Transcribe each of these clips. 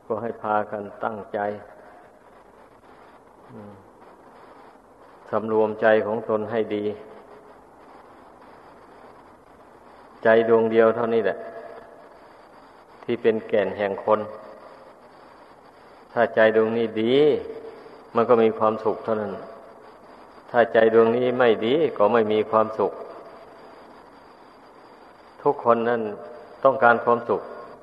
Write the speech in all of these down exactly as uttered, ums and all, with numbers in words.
ก็ให้พากันตั้งใจสำรวมใจของตนให้ดีใจดวงเดียวเท่านี้แหละที่เป็นแก่นแห่งคนถ้าใจดวงนี้ดีมันก็มีความสุขเท่านั้นถ้าใจดวงนี้ไม่ดีก็ไม่มีความสุขทุกคนนั้นต้องการความสุข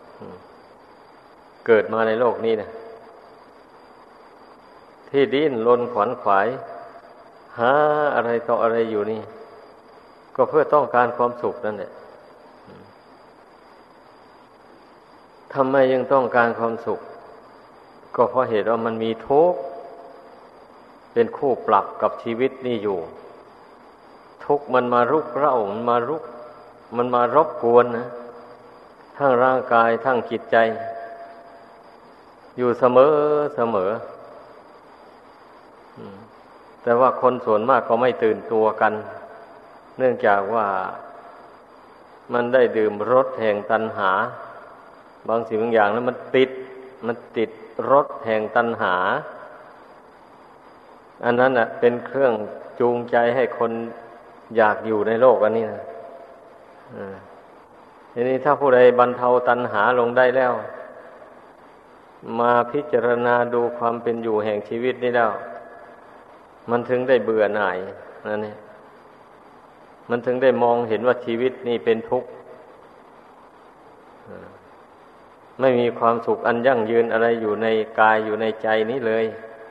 เกิดมาในโลกนี้นะที่ดิ้นรนขวนขวายหาอะไรต่ออะไรอยู่นี่ก็เพื่อต้องการความสุขนั่นแหละทำไมยังต้องการความสุขก็เพราะเหตุว่ามันมีทุกข์เป็นคู่ปรับกับชีวิตนี่อยู่ทุกข์มันมารุกเร้ามันมารุกมันมารบกวนนะทั้งร่างกายทั้งจิตใจอยู่เสมอเสมอแต่ว่าคนส่วนมากก็ไม่ตื่นตัวกันเนื่องจากว่ามันได้ดื่มรสแห่งตัณหาบางสิ่งบางอย่างแล้วมันติดมันติดรสแห่งตัณหาอันนั้นน่ะเป็นเครื่องจูงใจให้คนอยากอยู่ในโลกอันนี้นะทีนี้ถ้าผู้ใดบรรเทาตัณหาลงได้แล้วมาพิจารณาดูความเป็นอยู่แห่งชีวิตนี้แล้วมันถึงได้เบื่อหน่ายนั่นเองมันถึงได้มองเห็นว่าชีวิตนี้เป็นทุกข์ไม่มีความสุขอันยั่งยืนอะไรอยู่ในกายอยู่ในใจนี้เลย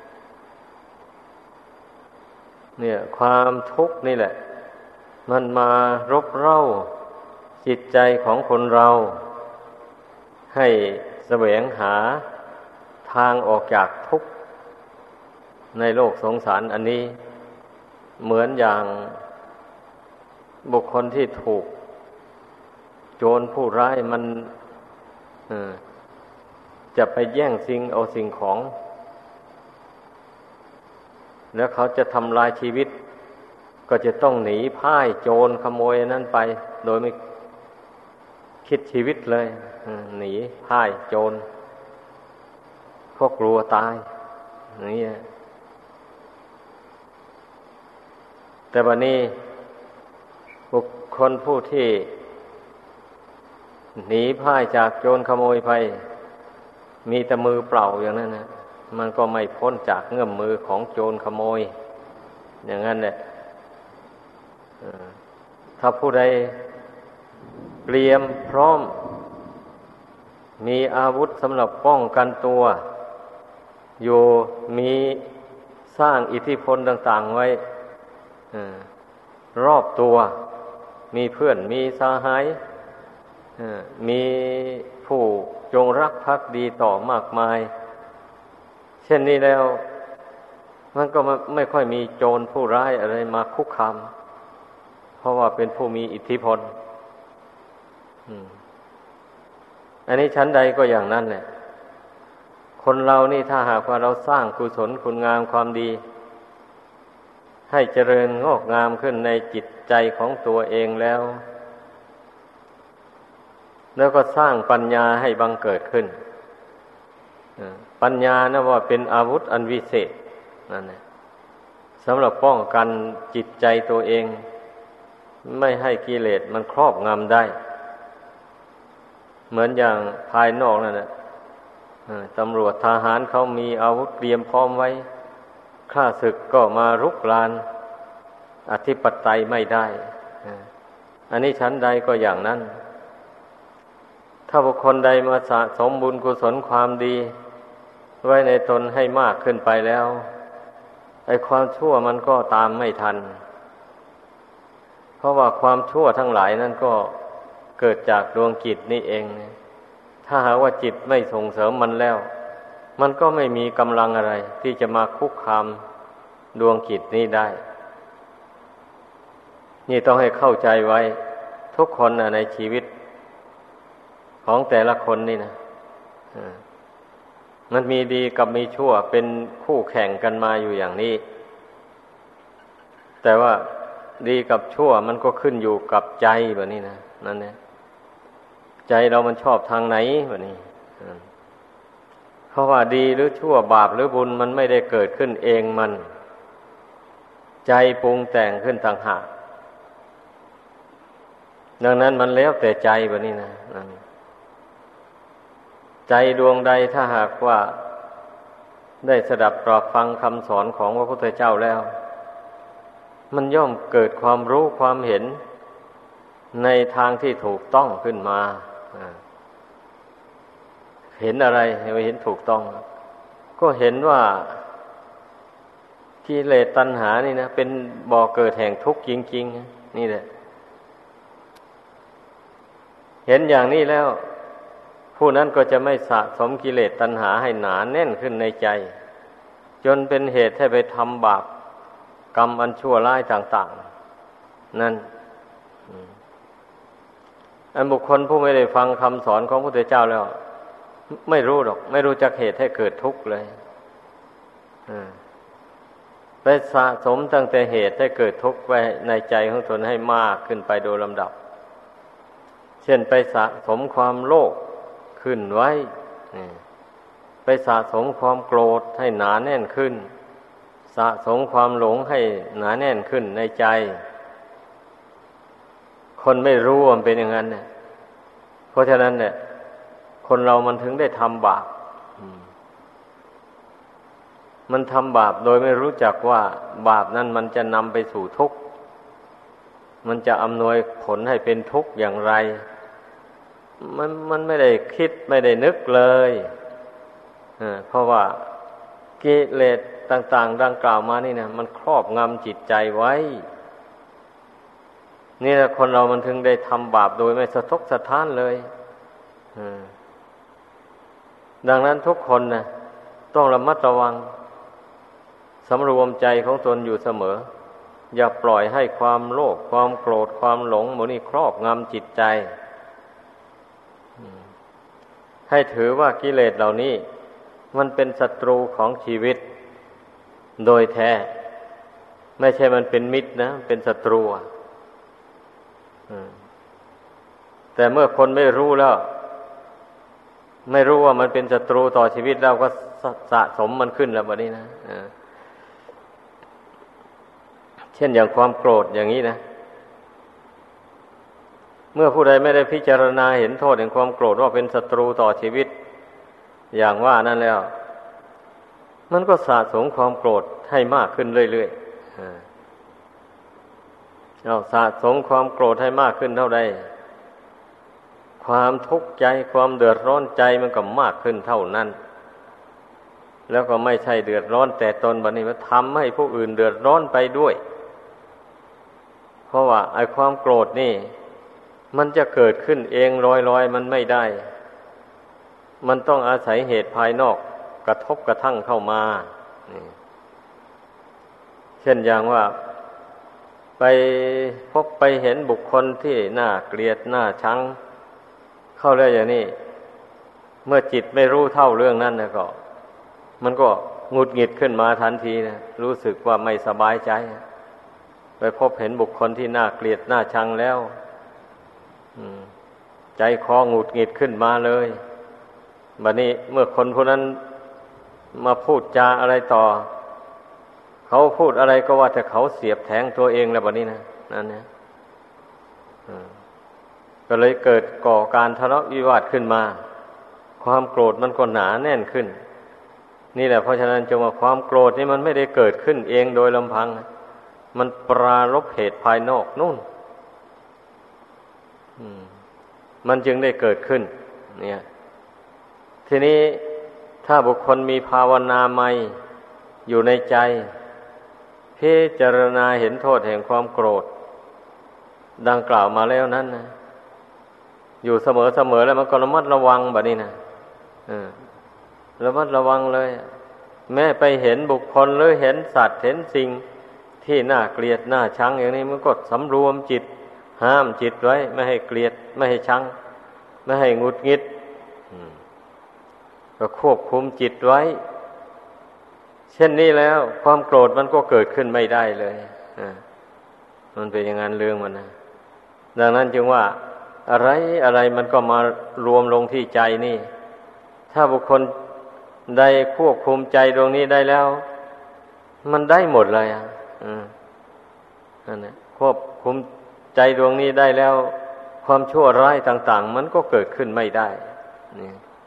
เนี่ยความทุกข์นี่แหละมันมารบเร้าจิตใจของคนเราให้แสวงหาทางออกจากทุกข์ในโลกสงสารอันนี้เหมือนอย่างบุคคลที่ถูกโจรผู้ร้ายมันจะไปแย่งสิ่งเอาสิ่งของแล้วเขาจะทำลายชีวิตก็จะต้องหนีพ่ายโจรขโมยนั้นไปโดยไม่คิดชีวิตเลยหนีพ่ายโจรเพราะกลัวตายนี่แต่บัดนี้บุคคลผู้ที่หนีพ่ายจากโจรขโมยไปมีแต่มือเปล่าอย่างนั้นนะมันก็ไม่พ้นจากเงื้อมมือของโจรขโมยอย่างนั้นแหละถ้าผู้ใดเตรียมพร้อมมีอาวุธสำหรับป้องกันตัวอยู่มีสร้างอิทธิพลต่างๆไว้รอบตัวมีเพื่อนมีสหายมีผู้จงรักภักดีต่อมากมายเช่นนี้แล้วมันก็ไม่ค่อยมีโจรผู้ร้ายอะไรมาคุกคามเพราะว่าเป็นผู้มีอิทธิพลอันนี้ชั้นใดก็อย่างนั้นแหละคนเรานี่ถ้าหากว่าเราสร้างกุศลคุณงามความดีให้เจริญงอกงามขึ้นในจิตใจของตัวเองแล้วแล้วก็สร้างปัญญาให้บังเกิดขึ้นปัญญานะว่าเป็นอาวุธอันวิเศษนั่นแหละสำหรับป้องกันจิตใจตัวเองไม่ให้กิเลสมันครอบงำได้เหมือนอย่างภายนอกนั่นแหละตำรวจทหารเขามีอาวุธเตรียมพร้อมไว้ข้าศึกก็มารุกรานอธิปไตยไม่ได้อันนี้ชั้นใดก็อย่างนั้นถ้าบุคคลใดมาสะสมบุญกุศลความดีไว้ในตนให้มากขึ้นไปแล้วไอ้ความชั่วมันก็ตามไม่ทันเพราะว่าความชั่วทั้งหลายนั้นก็เกิดจากดวงจิตนี่เองถ้าหากว่าจิตไม่ส่งเสริมมันแล้วมันก็ไม่มีกำลังอะไรที่จะมาคุกคามดวงจิตนี้ได้นี่ต้องให้เข้าใจไว้ทุกคนนะในชีวิตของแต่ละคนนี่นะมันมีดีกับมีชั่วเป็นคู่แข่งกันมาอยู่อย่างนี้แต่ว่าดีกับชั่วมันก็ขึ้นอยู่กับใจแบบนี้นะนั่นแหละใจเรามันชอบทางไหนแบบนี้เพราะว่าดีหรือชั่วบาปหรือบุญมันไม่ได้เกิดขึ้นเองมันใจปรุงแต่งขึ้นต่างหากดังนั้นมันแล้วแต่ใจแบบนี้นะนั่นใจดวงใดถ้าหากว่าได้สดับตรับฟังคำสอนของพระพุทธเจ้าแล้วมันย่อมเกิดความรู้ความเห็นในทางที่ถูกต้องขึ้นมาเห็นอะไรเห็นถูกต้องก็เห็นว่ากิเลสตัณหานี่นะเป็นบ่อเกิดแห่งทุกข์จริงๆนี่แหละเห็นอย่างนี้แล้วผู้นั้นก็จะไม่สะสมกิเลสตัณหาให้หนาแน่นขึ้นในใจจนเป็นเหตุให้ไปทำบาปกรรมอันชั่วร้ายต่างๆนั่นอันบุคคลผู้ไม่ได้ฟังคำสอนของพระพุทธเจ้าแล้วไม่รู้หรอกไม่รู้จักเหตุให้เกิดทุกข์เลยไปสะสมตั้งแต่เหตุให้เกิดทุกข์ไว้ในใจของตนให้มากขึ้นไปโดยลำดับเช่นไปสะสมความโลภขึ้นไว้ไปสะสมความโกรธให้หนาแน่นขึ้นสะสมความหลงให้หนาแน่นขึ้นในใจคนไม่รู้ว่ามันเป็นอย่างนั้นเนี่ยเพราะฉะนั้นเนี่ยคนเรามันถึงได้ทำบาปมันทำบาปโดยไม่รู้จักว่าบาปนั้นมันจะนำไปสู่ทุกข์มันจะอำนวยผลให้เป็นทุกข์อย่างไรมันมันไม่ได้คิดไม่ได้นึกเลยเพราะว่ากิเลสต่างๆดังกล่าวมานี่นะมันครอบงำจิตใจไว้นี่แหละคนเรามันถึงได้ทำบาปโดยไม่สะทกสะท้านเลยดังนั้นทุกคนนะต้องระมัดระวังสำรวมใจของตนอยู่เสมออย่าปล่อยให้ความโลภความโกรธความหลงหมู่นี้ครอบงำจิตใจให้ถือว่ากิเลสเหล่านี้มันเป็นศัตรูของชีวิตโดยแท้ไม่ใช่มันเป็นมิตรนะเป็นศัตรูแต่เมื่อคนไม่รู้แล้วไม่รู้ว่ามันเป็นศัตรูต่อชีวิตแล้วก็สะสมมันขึ้นแล้วบัดนี้นะเช่นอย่างความโกรธอย่างนี้นะเมื่อผู้ใดไม่ได้พิจารณาเห็นโทษแห่งความโกรธว่าเป็นศัตรูต่อชีวิตอย่างว่านั่นแล้วมันก็สะสมความโกรธให้มากขึ้นเรื่อยๆเอาสะสมความโกรธให้มากขึ้นเท่าใดความทุกข์ใจความเดือดร้อนใจมันก็มากขึ้นเท่านั้นแล้วก็ไม่ใช่เดือดร้อนแต่ตนบัดนี้มันทำให้ผู้อื่นเดือดร้อนไปด้วยเพราะว่าไอ้ความโกรธนี่มันจะเกิดขึ้นเองลอยๆมันไม่ได้มันต้องอาศัยเหตุภายนอกกระทบกระทั่งเข้ามาเช่นอย่างว่าไปพบไปเห็นบุคคลที่น่าเกลียดน่าชังเข้าแล้วอย่างนี้เมื่อจิตไม่รู้เท่าเรื่องนั้นนะก็มันก็หงุดหงิดขึ้นมาทันทีนะรู้สึกว่าไม่สบายใจไปพบเห็นบุคคลที่น่าเกลียดน่าชังแล้วใจคอหงุดหงิดขึ้นมาเลยบัดนี้เมื่อคนผู้นั้นมาพูดจาอะไรต่อเขาพูดอะไรก็ว่าแต่เขาเสียบแทงตัวเองแล้วบัดนี้นะนั่นเนี่ยก็เลยเกิดก่อการทะเลาะวิวาทขึ้นมาความโกรธมันก็หนาแน่นขึ้นนี่แหละเพราะฉะนั้นจึงว่าความโกรธนี่มันไม่ได้เกิดขึ้นเองโดยลำพังมันปรารภเหตุภายนอกนู่นมันจึงได้เกิดขึ้นเนี่ยทีนี้ถ้าบุคคลมีภาวนาใหม่อยู่ในใจพิจารณาเห็นโทษแห่งความโกรธดังกล่าวมาแล้วนั้นนะอยู่เสมอๆแล้วมันก็ระมัดระวังแบบนี้นะระมัดระวังเลยแม้ไปเห็นบุคคลหรือเห็นสัตว์เห็นสิ่งที่น่าเกลียดน่าชังอย่างนี้มันก็สำรวมจิตห้ามจิตไว้ไม่ให้เกลียดไม่ให้ชังไม่ให้หงุดหงิดก็ควบคุมจิตไว้เช่นนี้แล้วความโกรธมันก็เกิดขึ้นไม่ได้เลยมันเป็นอย่างนั้นเรื่องมันนะดังนั้นจึงว่าอะไรอะไรมันก็มารวมลงที่ใจนี่ถ้าบุคคลได้ควบคุมใจดวงนี้ได้แล้วมันได้หมดเลยอ่ะอืมนั่นแหละควบคุมใจดวงนี้ได้แล้วความชั่วร้ายต่างๆมันก็เกิดขึ้นไม่ได้นี่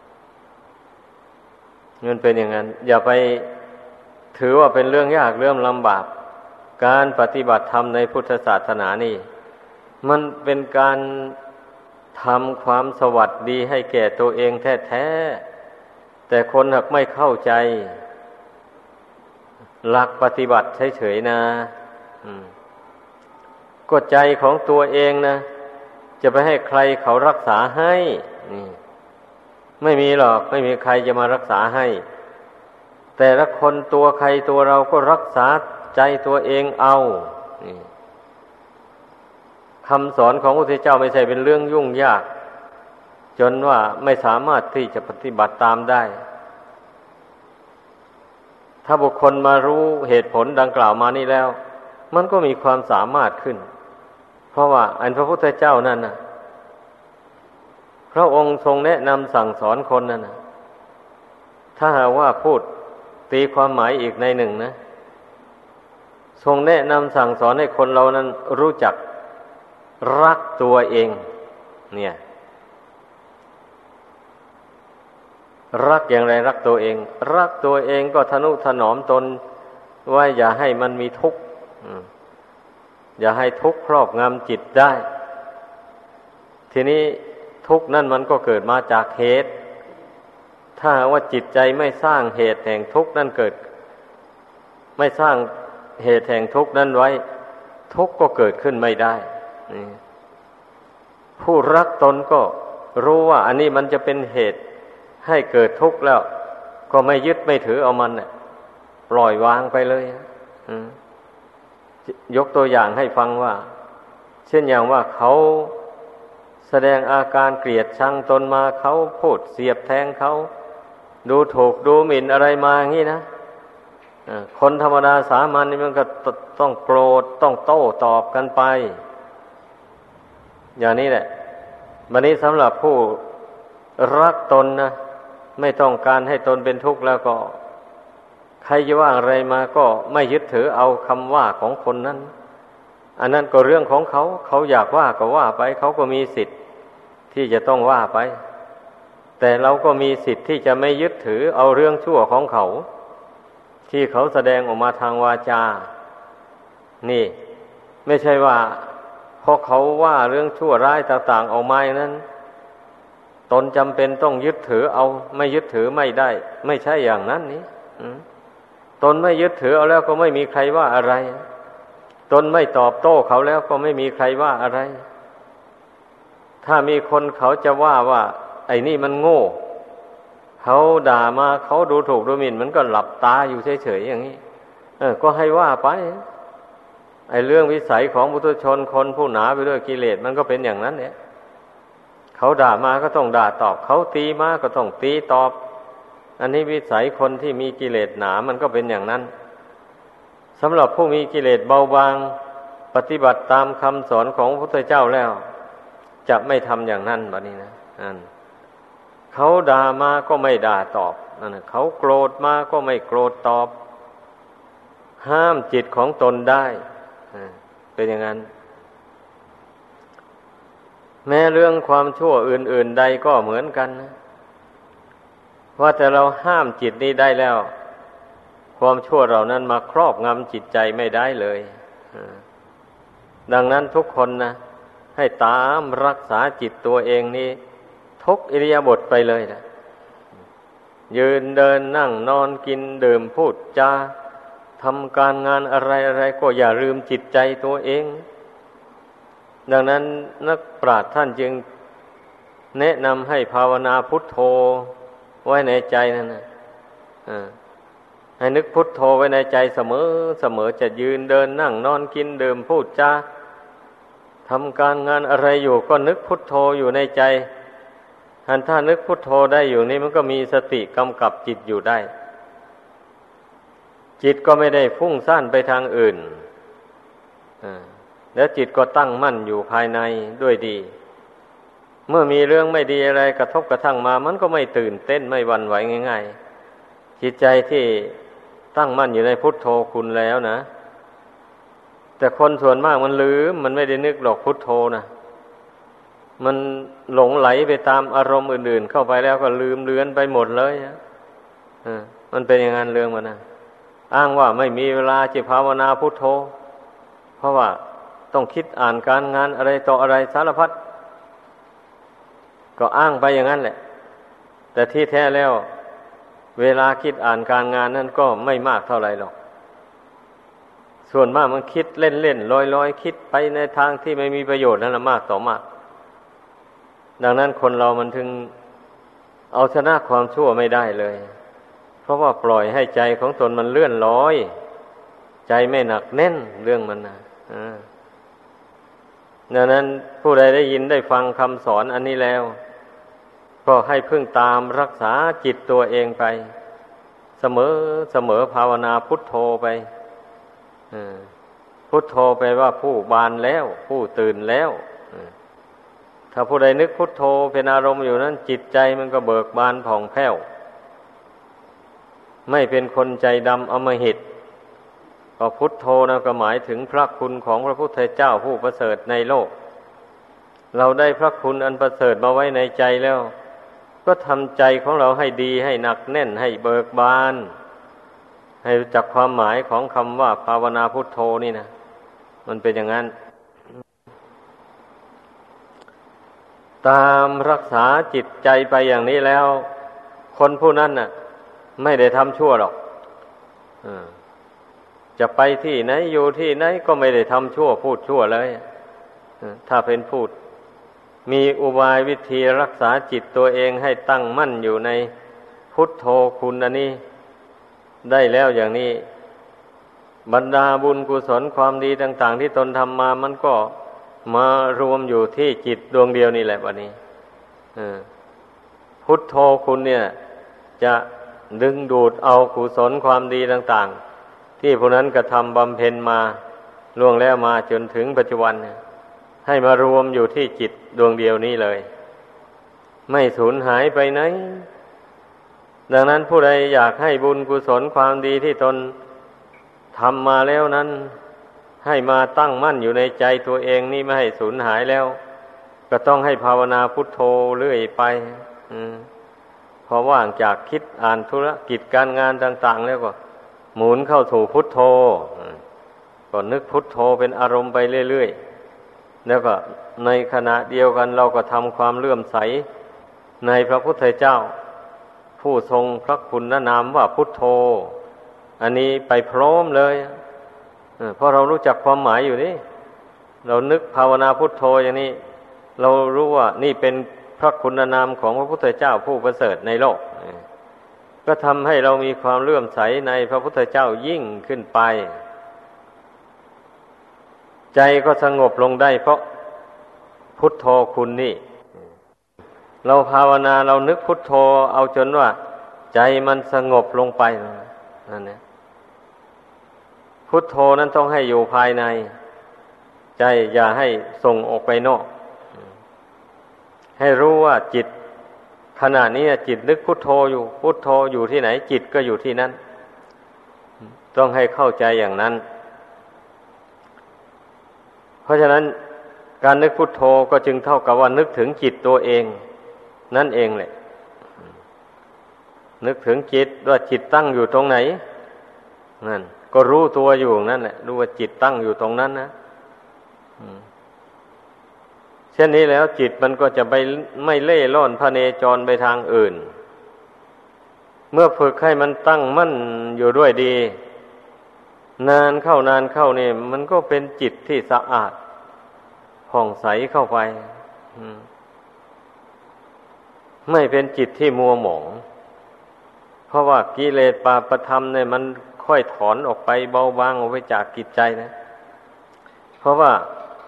มันเป็นอย่างนั้นอย่าไปถือว่าเป็นเรื่องยากเรื่องลำบากการปฏิบัติธรรมในพุทธศาสนานี่มันเป็นการทำความสวัสดีให้แก่ตัวเองแท้ๆแต่คนหากไม่เข้าใจหลักปฏิบัติเฉยๆนะก็ใจของตัวเองนะจะไปให้ใครเขารักษาให้นี่ไม่มีหรอกไม่มีใครจะมารักษาให้แต่ละคนตัวใครตัวเราก็รักษาใจตัวเองเอานี่คำสอนของพระพุทธเจ้าไม่ใช่เป็นเรื่องยุ่งยากจนว่าไม่สามารถที่จะปฏิบัติตามได้ถ้าบุคคลมารู้เหตุผลดังกล่าวมานี่แล้วมันก็มีความสามารถขึ้นเพราะว่าอันพระพุทธเจ้านั่นน่ะพระองค์ทรงแนะนำสั่งสอนคนนั่นน่ะถ้าหากว่าพูดตีความหมายอีกในหนึ่งนะทรงแนะนำสั่งสอนให้คนเรานั้นรู้จักรักตัวเองเนี่ยรักอย่างไรรักตัวเองรักตัวเองก็ทนุถนอมตนว่าอย่าให้มันมีทุกข์อย่าให้ทุกข์ครอบงำจิตได้ทีนี้ทุกข์นั่นมันก็เกิดมาจากเหตุถ้าว่าจิตใจไม่สร้างเหตุแห่งทุกข์นั่นเกิดไม่สร้างเหตุแห่งทุกข์นั้นไว้ทุกข์ก็เกิดขึ้นไม่ได้ผู้รักตนก็รู้ว่าอันนี้มันจะเป็นเหตุให้เกิดทุกข์แล้วก็ไม่ยึดไม่ถือเอามันเนี่ยปล่อยวางไปเลยยกตัวอย่างให้ฟังว่าเช่นอย่างว่าเขาแสดงอาการเกลียดชังตนมาเขาพูดเสียบแทงเขาดูถูกดูหมิ่นอะไรมาอย่างนี้นะคนธรรมดาสามัญนี่มันก็ต้องโกรธต้องโต้ตอบกันไปอย่างนี้แหละวันนี้สำหรับผู้รักตนนะไม่ต้องการให้ตนเป็นทุกข์แล้วก็ใครจะว่าอะไรมาก็ไม่ยึดถือเอาคำว่าของคนนั้นอันนั้นก็เรื่องของเขาเขาอยากว่าก็ว่าไปเขาก็มีสิทธิ์ที่จะต้องว่าไปแต่เราก็มีสิทธิ์ที่จะไม่ยึดถือเอาเรื่องชั่วของเขาที่เขาแสดงออกมาทางวาจานี่ไม่ใช่ว่าพอเขาว่าเรื่องชั่วร้ายต่างๆออกมาอย่างนั้นตนจำเป็นต้องยึดถือเอาไม่ยึดถือไม่ได้ไม่ใช่อย่างนั้นนี่ตนไม่ยึดถือเอาแล้วก็ไม่มีใครว่าอะไรตนไม่ตอบโต้เขาแล้วก็ไม่มีใครว่าอะไรถ้ามีคนเขาจะว่าว่าไอ้นี่มันโง่เขาด่ามาเขาดูถูกดูหมิ่นมันก็หลับตาอยู่เฉยๆอย่างนี้เออก็ให้ว่าไปไอ้เรื่องวิสัยของปุถุชนคนผู้หนาไปด้วยกิเลสมันก็เป็นอย่างนั้นเนี่ยเขาด่ามาก็ต้องด่าตอบเขาตีมาก็ต้องตีตอบอันนี้วิสัยคนที่มีกิเลสหนามันก็เป็นอย่างนั้นสำหรับผู้มีกิเลสเบาบางปฏิบัติตามคำสอนของพระพุทธเจ้าแล้วจะไม่ทำอย่างนั้นบัดนี้นะนั่นเขาด่ามาก็ไม่ด่าตอบนั่นนะเขาโกรธมาก็ไม่โกรธตอบห้ามจิตของตนได้เป็นอย่างนั้นแม้เรื่องความชั่วอื่นๆใดก็เหมือนกันนะว่าแต่เราห้ามจิตนี้ได้แล้วความชั่วเหล่านั้นมาครอบงำจิตใจไม่ได้เลยดังนั้นทุกคนนะให้ตามรักษาจิตตัวเองนี้ทุกอิริยาบถไปเลยนะยืนเดินนั่งนอนกินดื่มพูดจาทำการงานอะไรอะไรก็อย่าลืมจิตใจตัวเองดังนั้นนักปราชญ์ท่านจึงแนะนำให้ภาวนาพุทโธไว้ในใจนั่นนะให้นึกพุทโธไว้ในใจเสมอเสมอจะยืนเดินนั่งนอนกินดื่มพูดจาทำการงานอะไรอยู่ก็นึกพุทโธอยู่ในใจหันถ้านึกพุทโธได้อยู่นี่มันก็มีสติกำกับจิตอยู่ได้จิตก็ไม่ได้ฟุ้งซ่านไปทางอื่นแล้วจิตก็ตั้งมั่นอยู่ภายในด้วยดีเมื่อมีเรื่องไม่ดีอะไรกระทบกระทั่งมามันก็ไม่ตื่นเต้นไม่หวั่นไหวง่ายๆจิตใจที่ตั้งมั่นอยู่ในพุทโธคุณแล้วนะแต่คนส่วนมากมันลืมมันไม่ได้นึกหรอกพุทโธนะมันหลงไหลไปตามอารมณ์อื่นๆเข้าไปแล้วก็ลืมเลือนไปหมดเลยอ่ะมันเป็นอย่างนั้นเรื่องมันนะอ้างว่าไม่มีเวลาจะภาวนาพุทโธเพราะว่าต้องคิดอ่านการงานอะไรต่ออะไรสารพัดก็อ้างไปอย่างนั้นแหละแต่ที่แท้แล้วเวลาคิดอ่านการงานนั้นก็ไม่มากเท่าไหร่หรอกส่วนมากมันคิดเล่นๆลอยๆคิดไปในทางที่ไม่มีประโยชน์นั่นแหละมากต่อมากดังนั้นคนเรามันถึงเอาชนะความชั่วไม่ได้เลยเพราะว่าปล่อยให้ใจของตนมันเลื่อนลอยใจไม่หนักแน่นเรื่องมันนะดังนั้นผู้ใดได้ยินได้ฟังคำสอนอันนี้แล้วก็ให้พึ่งตามรักษาจิตตัวเองไปเสมอเสมอภาวนาพุทโธไปพุทโธไปว่าผู้บานแล้วผู้ตื่นแล้วถ้าผู้ใดนึกพุทโธเป็นอารมณ์อยู่นั้นจิตใจมันก็เบิกบานผ่องแผ้วไม่เป็นคนใจดำอำมหิตก็พุทโธนะก็หมายถึงพระคุณของพระพุทธเจ้าผู้ประเสริฐในโลกเราได้พระคุณอันประเสริฐมาไว้ในใจแล้วก็ทำใจของเราให้ดีให้หนักแน่นให้เบิกบานให้รู้จักความหมายของคำว่าภาวนาพุทโธนี่นะมันเป็นอย่างนั้นตามรักษาจิตใจไปอย่างนี้แล้วคนผู้นั้นน่ะไม่ได้ทำชั่วหรอกจะไปที่ไหนอยู่ที่ไหนก็ไม่ได้ทำชั่วพูดชั่วเลยถ้าเป็นพูดมีอุบายวิธีรักษาจิตตัวเองให้ตั้งมั่นอยู่ในพุทโธคุณอันนี้ได้แล้วอย่างนี้บรรดาบุญกุศลความดีต่างๆที่ตนทำมามันก็มารวมอยู่ที่จิตดวงเดียวนี่แหละวันนี้พุทโธคุณเนี่ยจะดึงดูดเอากุศลความดีต่างๆที่ผู้นั้นกระทำบำเพ็ญมาล่วงแล้วมาจนถึงปัจจุบันให้มารวมอยู่ที่จิตดวงเดียวนี้เลยไม่สูญหายไปไหนดังนั้นผู้ใดอยากให้บุญกุศลความดีที่ตนทำมาแล้วนั้นให้มาตั้งมั่นอยู่ในใจตัวเองนี่ไม่ให้สูญหายแล้วก็ต้องให้ภาวนาพุทโธเรื่อยไปพอว่างจากคิดอ่านธุรกิจการงานต่างๆแล้วก็หมุนเข้าสู่พุทโธก็นึกพุทโธเป็นอารมณ์ไปเรื่อยๆแล้วก็ในขณะเดียวกันเราก็ทำความเลื่อมใสในพระพุทธเจ้าผู้ทรงพระคุณนามว่าพุทโธอันนี้ไปพร้อมเลยเพราะเรารู้จักความหมายอยู่นี่เรานึกภาวนาพุทโธอย่างนี้เรารู้ว่านี่เป็นพระคุณนามของพระพุทธเจ้าผู้ประเสริฐในโลกก็ทำให้เรามีความเลื่อมใสในพระพุทธเจ้ายิ่งขึ้นไปใจก็สงบลงได้เพราะพุทโธคุณนี่เราภาวนาเรานึกพุทโธเอาจนว่าใจมันสงบลงไปนั่นแหละพุทโธนั้นต้องให้อยู่ภายในใจอย่าให้ส่งออกไปนอกให้รู้ว่าจิตขณะนี้จิตนึกพุทโธอยู่พุทโธอยู่ที่ไหนจิตก็อยู่ที่นั้นต้องให้เข้าใจอย่างนั้นเพราะฉะนั้นการนึกพุทโธก็จึงเท่ากับว่านึกถึงจิตตัวเองนั่นเองแหละนึกถึงจิตว่าจิตตั้งอยู่ตรงไหนนั่นก็รู้ตัวอยู่นั่นแหละรู้ว่าจิตตั้งอยู่ตรงนั้นนะเช่นนี้แล้วจิตมันก็จะไปไม่เล่ร่อนพเนจรไปทางอื่นเมื่อฝึกให้มันตั้งมั่นอยู่ด้วยดีนานเข้านานเข้านี่มันก็เป็นจิตที่สะอาดผ่องใสเข้าไปไม่เป็นจิตที่มัวหมองเพราะว่ากิเลสปาประธรรมเนี่ยมันค่อยถอนออกไปเบาบางออกไปจากจิตใจนะเพราะว่า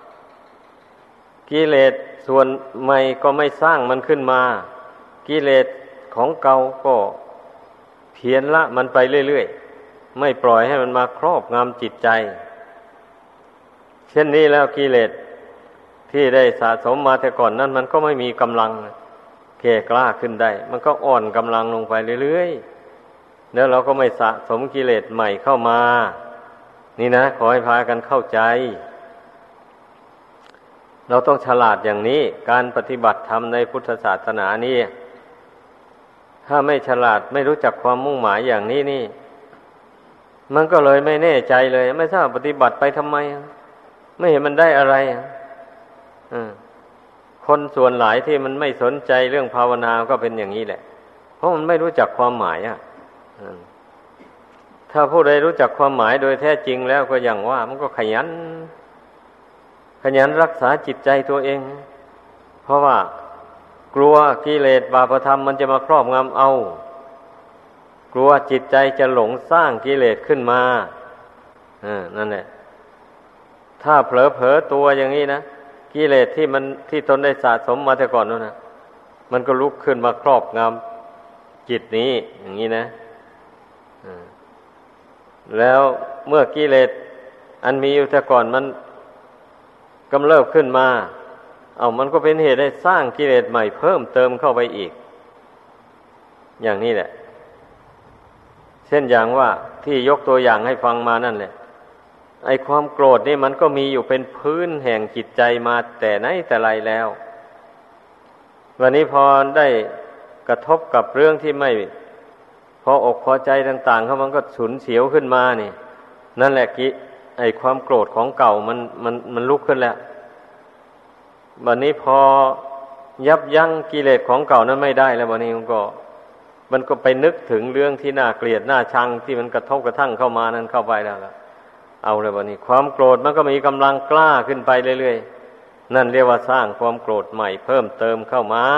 กิเลสส่วนใหม่ก็ไม่สร้างมันขึ้นมากิเลสของเก่าก็เพียรละมันไปเรื่อยๆไม่ปล่อยให้มันมาครอบงำจิตใจเช่นนี้แล้วกิเลสที่ได้สะสมมาแต่ก่อนนั้นมันก็ไม่มีกำลังแก่กล้าขึ้นได้มันก็อ่อนกำลังลงไปเรื่อยแล้วเราก็ไม่สะสมกิเลสใหม่เข้ามานี่นะขอให้พากันเข้าใจเราต้องฉลาดอย่างนี้การปฏิบัติธรรมในพุทธศาสนานี่ถ้าไม่ฉลาดไม่รู้จักความมุ่งหมายอย่างนี้นี่มันก็เลยไม่แน่ใจเลยไม่ทราบปฏิบัติไปทำไมไม่เห็นมันได้อะไรคนส่วนหลายที่มันไม่สนใจเรื่องภาวนาก็เป็นอย่างนี้แหละเพราะมันไม่รู้จักความหมายอ่ะถ้าผู้ใดรู้จักความหมายโดยแท้จริงแล้วก็อย่างว่ามันก็ขยันขยันรักษาจิตใจตัวเองเพราะว่ากลัวกิเลสบาปธรรมมันจะมาครอบงำเอากลัวจิตใจจะหลงสร้างกิเลสขึ้นมาอ่านั่นแหละถ้าเผลอเผลอตัวอย่างนี้นะกิเลสที่มันที่ตนได้สะสมมาแต่ก่อนนั่นนะมันก็ลุกขึ้นมาครอบงำจิตนี้อย่างนี้นะแล้วเมื่อกิเลสอันมีอยู่แต่ก่อนมันกำเริบขึ้นมาเอามันก็เป็นเหตุให้สร้างกิเลสใหม่เพิ่มเติมเข้าไปอีกอย่างนี้แหละเช่นอย่างว่าที่ยกตัวอย่างให้ฟังมานั่นแหละไอ้ความโกรธนี่มันก็มีอยู่เป็นพื้นแห่งจิตใจมาแต่ไหนแต่ไรแล้ววันนี้พอได้กระทบกับเรื่องที่ไม่พออกพอใจต่างๆเขามันก็ฉุนเฉียวขึ้นมานี่นั่นแหละกิไอ้ความโกรธของเก่ามันมันมันลุกขึ้นแล้ววันนี้พอยับยั้งกิเลสของเก่านั้นไม่ได้แล้ววันนี้มันก็มันก็ไปนึกถึงเรื่องที่น่าเกลียดน่าชังที่มันกระทบกระทั่งเข้ามานั้นเข้าไปแล้วล่ะเอาเลยวันนี้ความโกรธมันก็มีกำลังกล้าขึ้นไปเรื่อยๆนั่นเรียกว่าสร้างความโกรธใหม่เพิ่มเติมเข้ามา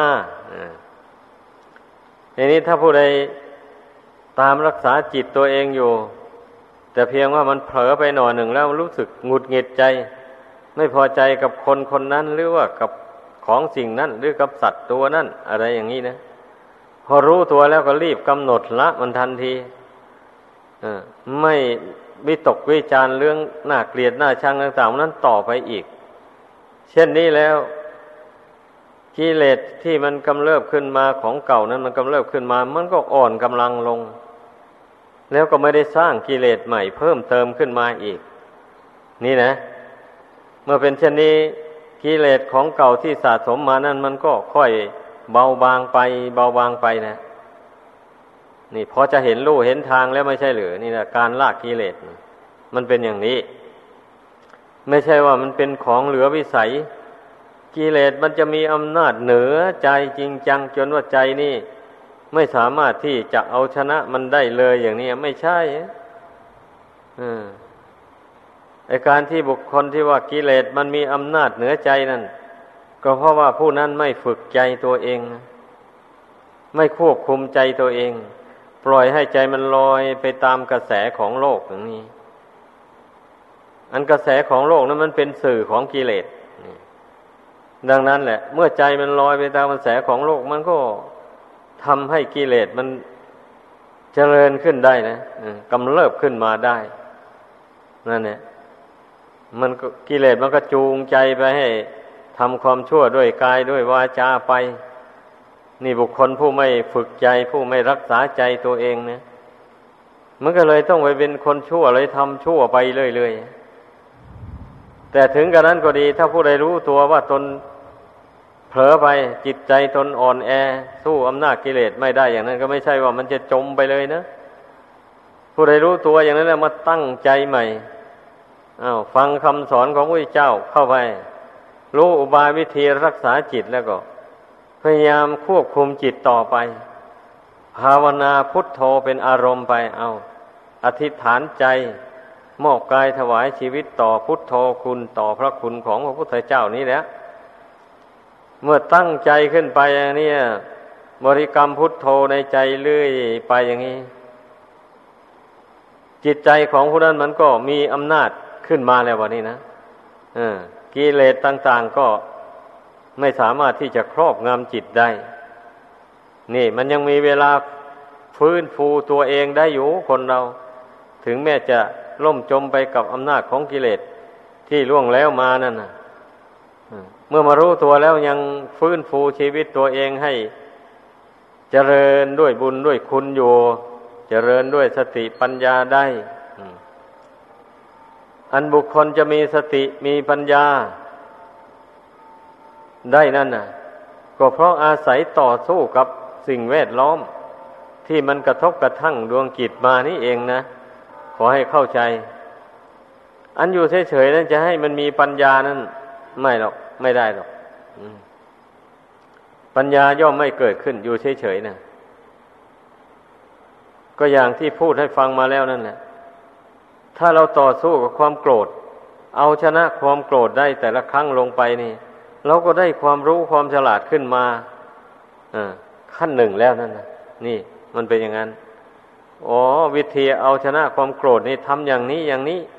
ทีนี้ถ้าผู้ใดตามรักษาจิตตัวเองอยู่แต่เพียงว่ามันเผลอไปหน่อยหนึ่งแล้วรู้สึกหงุดหงิดใจไม่พอใจกับคนคนนั้นหรือว่ากับของสิ่งนั้นหรือกับสัตว์ตัวนั้นอะไรอย่างนี้นะพอรู้ตัวแล้วก็รีบกำหนดละมันทันทีไม่วิตกวิจารเรื่องน่าเกลียดน่าชังต่างๆนั้นต่อไปอีกเช่นนี้แล้วกิเลสที่มันกำเริบขึ้นมาของเก่านั้นมันกำเริบขึ้นมามันก็อ่อนกำลังลงแล้วก็ไม่ได้สร้างกิเลสใหม่เพิ่มเติมขึ้นมาอีกนี่นะเมื่อเป็นเช่นนี้กิเลสของเก่าที่สะสมมานั้นมันก็ค่อยเบาบางไปเบาบางไปนะนี่พอจะเห็นลู่เห็นทางแล้วไม่ใช่หรือนี่แหละการละกิเลสมันเป็นอย่างนี้ไม่ใช่ว่ามันเป็นของเหลือวิสัยกิเลสมันจะมีอำนาจเหนือใจจริงจังจนว่าใจนี่ไม่สามารถที่จะเอาชนะมันได้เลยอย่างนี้ไม่ใช่อืมไอ้การที่บุคคลที่ว่ากิเลสมันมีอำนาจเหนือใจนั่นก็เพราะว่าผู้นั้นไม่ฝึกใจตัวเองไม่ควบคุมใจตัวเองปล่อยให้ใจมันลอยไปตามกระแสของโลกอย่างนี้อันกระแสของโลกนั้นมันเป็นสื่อของกิเลสดังนั้นแหละเมื่อใจมันลอยไปตามกระแสของโลกมันก็ทำให้กิเลสมันเจริญขึ้นได้นะกำเริบขึ้นมาได้นั่นแหละมันก็กิเลสมันก็จูงใจไปให้ทำความชั่วด้วยกายด้วยวาจาไปนี่บุคคลผู้ไม่ฝึกใจผู้ไม่รักษาใจตัวเองนะมันก็เลยต้องไปเป็นคนชั่วเลยทำชั่วไปเรื่อยๆแต่ถึงกระนั้นก็ดีถ้าผู้ใดรู้ตัวว่าตนเผลอไปจิตใจตนอ่อนแอสู้อำนาจกิเลสไม่ได้อย่างนั้นก็ไม่ใช่ว่ามันจะจมไปเลยนะผู้ใดรู้ตัวอย่างนั้นแล้วมาตั้งใจใหม่อ้าวฟังคำสอนของพระเจ้าเข้าไปรู้อุบายวิธีรักษาจิตแล้วก็พยายามควบคุมจิตต่อไปภาวนาพุทโธเป็นอารมณ์ไปเอาอธิษฐานใจมอบกายถวายชีวิตต่อพุทโธคุณต่อพระคุณของพระพุทธเจ้านี้แหละเมื่อตั้งใจขึ้นไปอย่างนี้บริกรรมพุทโธในใจเรื่อยไปอย่างนี้จิตใจของผู้นั้นมันก็มีอำนาจขึ้นมาแล้ววันนี้นะกิเลสต่างๆก็ไม่สามารถที่จะครอบงำจิตได้นี่มันยังมีเวลาฟื้นฟูตัวเองได้อยู่คนเราถึงแม้จะล่มจมไปกับอำนาจของกิเลสที่ล่วงแล้วมานั่นนะเมื่อมารู้ตัวแล้วยังฟื้นฟูชีวิตตัวเองให้เจริญด้วยบุญด้วยคุณอยู่เจริญด้วยสติปัญญาได้อันบุคคลจะมีสติมีปัญญาได้นั่นน่ะก็เพราะอาศัยต่อสู้กับสิ่งแวดล้อมที่มันกระทบกระทั่งดวงจิตมานี่เองนะขอให้เข้าใจอันอยู่เฉยๆนั้นจะให้มันมีปัญญานั้นไม่หรอกไม่ได้หรอกปัญญาย่อมไม่เกิดขึ้นอยู่เฉยๆนะก็อย่างที่พูดให้ฟังมาแล้วนั่นแหละถ้าเราต่อสู้กับความโกรธเอาชนะความโกรธได้แต่ละครั้งลงไปนี่เราก็ได้ความรู้ความฉลาดขึ้นมาขั้นหนึ่งแล้วนั่นนะนี่มันเป็นอย่างนั้นอ๋อวิธีเอาชนะความโกรธนี่ทำอย่างนี้อย่างนี้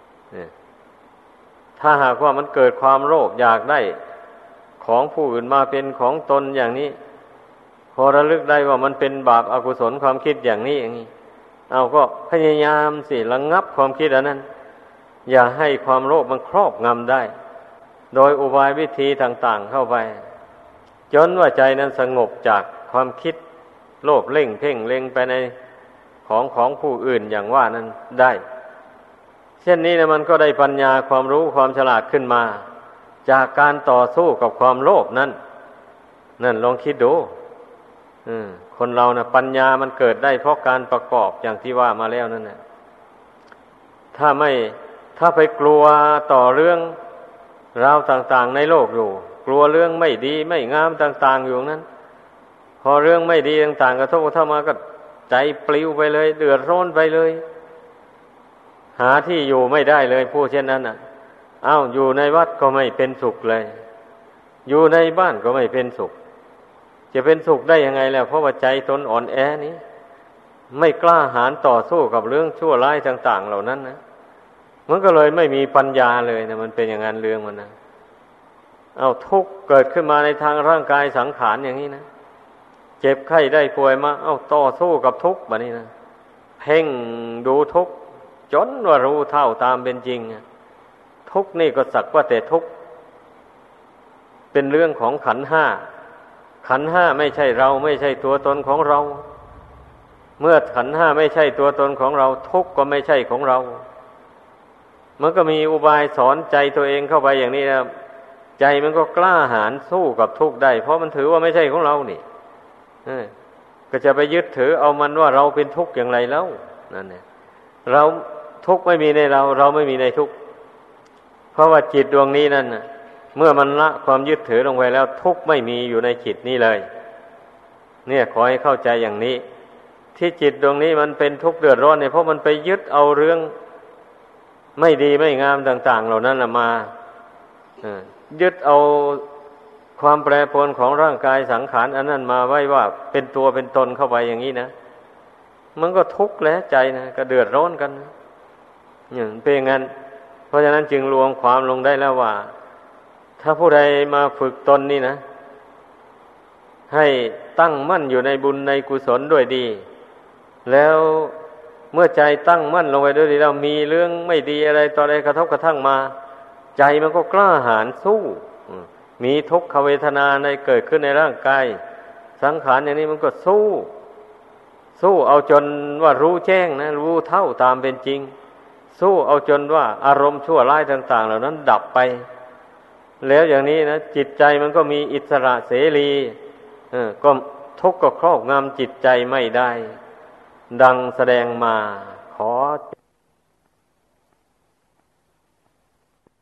ถ้าหากว่ามันเกิดความโลภอยากได้ของผู้อื่นมาเป็นของตนอย่างนี้พอระลึกได้ว่ามันเป็นบาปอกุศลความคิดอย่างนี้อย่างนี้เอาก็พยายามสิระงับความคิดอันนั้นอย่าให้ความโลภมันครอบงำได้โดยอุบายวิธีต่างๆเข้าไปจนว่าใจนั้นสงบจากความคิดโลภเล่งเพ่งเล็งไปในของของผู้อื่นอย่างว่านั้นได้เช่นนี้นะมันก็ได้ปัญญาความรู้ความฉลาดขึ้นมาจากการต่อสู้กับความโลภนั้นนั่นลองคิดดูคนเรานะปัญญามันเกิดได้เพราะการประกอบอย่างที่ว่ามาแล้วนั่นนะถ้าไม่ถ้าไปกลัวต่อเรื่องราวต่างๆในโลกอยู่กลัวเรื่องไม่ดีไม่งามต่างๆอยู่นั้นพอเรื่องไม่ดีต่างๆกระทบกระทั่งมาก็ใจปลิวไปเลยเดือดร้อนไปเลยหาที่อยู่ไม่ได้เลยผู้เช่นนั้นน่ะอ้าวอยู่ในวัดก็ไม่เป็นสุขเลยอยู่ในบ้านก็ไม่เป็นสุขจะเป็นสุขได้ยังไงแล้วเพราะว่าใจตนอ่อนแอนี้ไม่กล้าหาญต่อสู้กับเรื่องชั่วร้ายต่างๆเหล่านั้นนะมันก็เลยไม่มีปัญญาเลยนะมันเป็นอย่างนั้นเรื่องมันนะเอาทุกข์เกิดขึ้นมาในทางร่างกายสังขารอย่างนี้นะเจ็บไข้ได้ป่วยมาเอาต่อสู้กับทุกข์แบบนี้นะเพ่งดูทุกข์จนว่ารู้เท่าตามเป็นจริงทุกข์นี่ก็สักว่าแต่ทุกข์เป็นเรื่องของขันธ์ห้าขันธ์ห้าไม่ใช่เราไม่ใช่ตัวตนของเราเมื่อขันธ์ห้าไม่ใช่ตัวตนของเราทุกข์ก็ไม่ใช่ของเรามันก็มีอุบายสอนใจตัวเองเข้าไปอย่างนี้นะใจมันก็กล้าหาญสู้กับทุกข์ได้เพราะมันถือว่าไม่ใช่ของเรานี่ก็จะไปยึดถือเอามันว่าเราเป็นทุกข์อย่างไรแล้วนั่นเนี่ยเราทุกข์ไม่มีในเราเราไม่มีในทุกข์เพราะว่าจิตดวงนี้นั่นน่ะเมื่อมันละความยึดถือลงไปแล้วทุกข์ไม่มีอยู่ในจิตนี้เลยเนี่ยขอให้เข้าใจอย่างนี้ที่จิตดวงนี้มันเป็นทุกข์เดือดร้อนเนี่ยเพราะมันไปยึดเอาเรื่องไม่ดีไม่งามต่างๆเหล่านั้นมายึดเอาความแปรปรวนของร่างกายสังขารอันนั้นมาไว้ว่าเป็นตัวเป็นตนเข้าไปอย่างนี้นะมันก็ทุกข์และใจนะก็เดือดร้อนกันอย่างเป็นงั้นเพราะฉะนั้นจึงรวมความลงได้แล้วว่าถ้าผู้ใดมาฝึกตนนี่นะให้ตั้งมั่นอยู่ในบุญในกุศลด้วยดีแล้วเมื่อใจตั้งมั่นลงไปด้วยดีแล้วมีเรื่องไม่ดีอะไรต่ออะไรกระทบกระทั่งมาใจมันก็กล้าหาญสู้มีทุกขเวทนาในเกิดขึ้นในร่างกายสังขารอย่างนี้มันก็สู้สู้เอาจนว่ารู้แจ้งนะรู้เท่าตามเป็นจริงสู้เอาจนว่าอารมณ์ชั่วร้ายต่างๆเหล่านั้นดับไปแล้วอย่างนี้นะจิตใจมันก็มีอิสระเสรีเออก็ทุกข์ก็ครอบงำจิตใจไม่ได้ดังแสดงมาขอ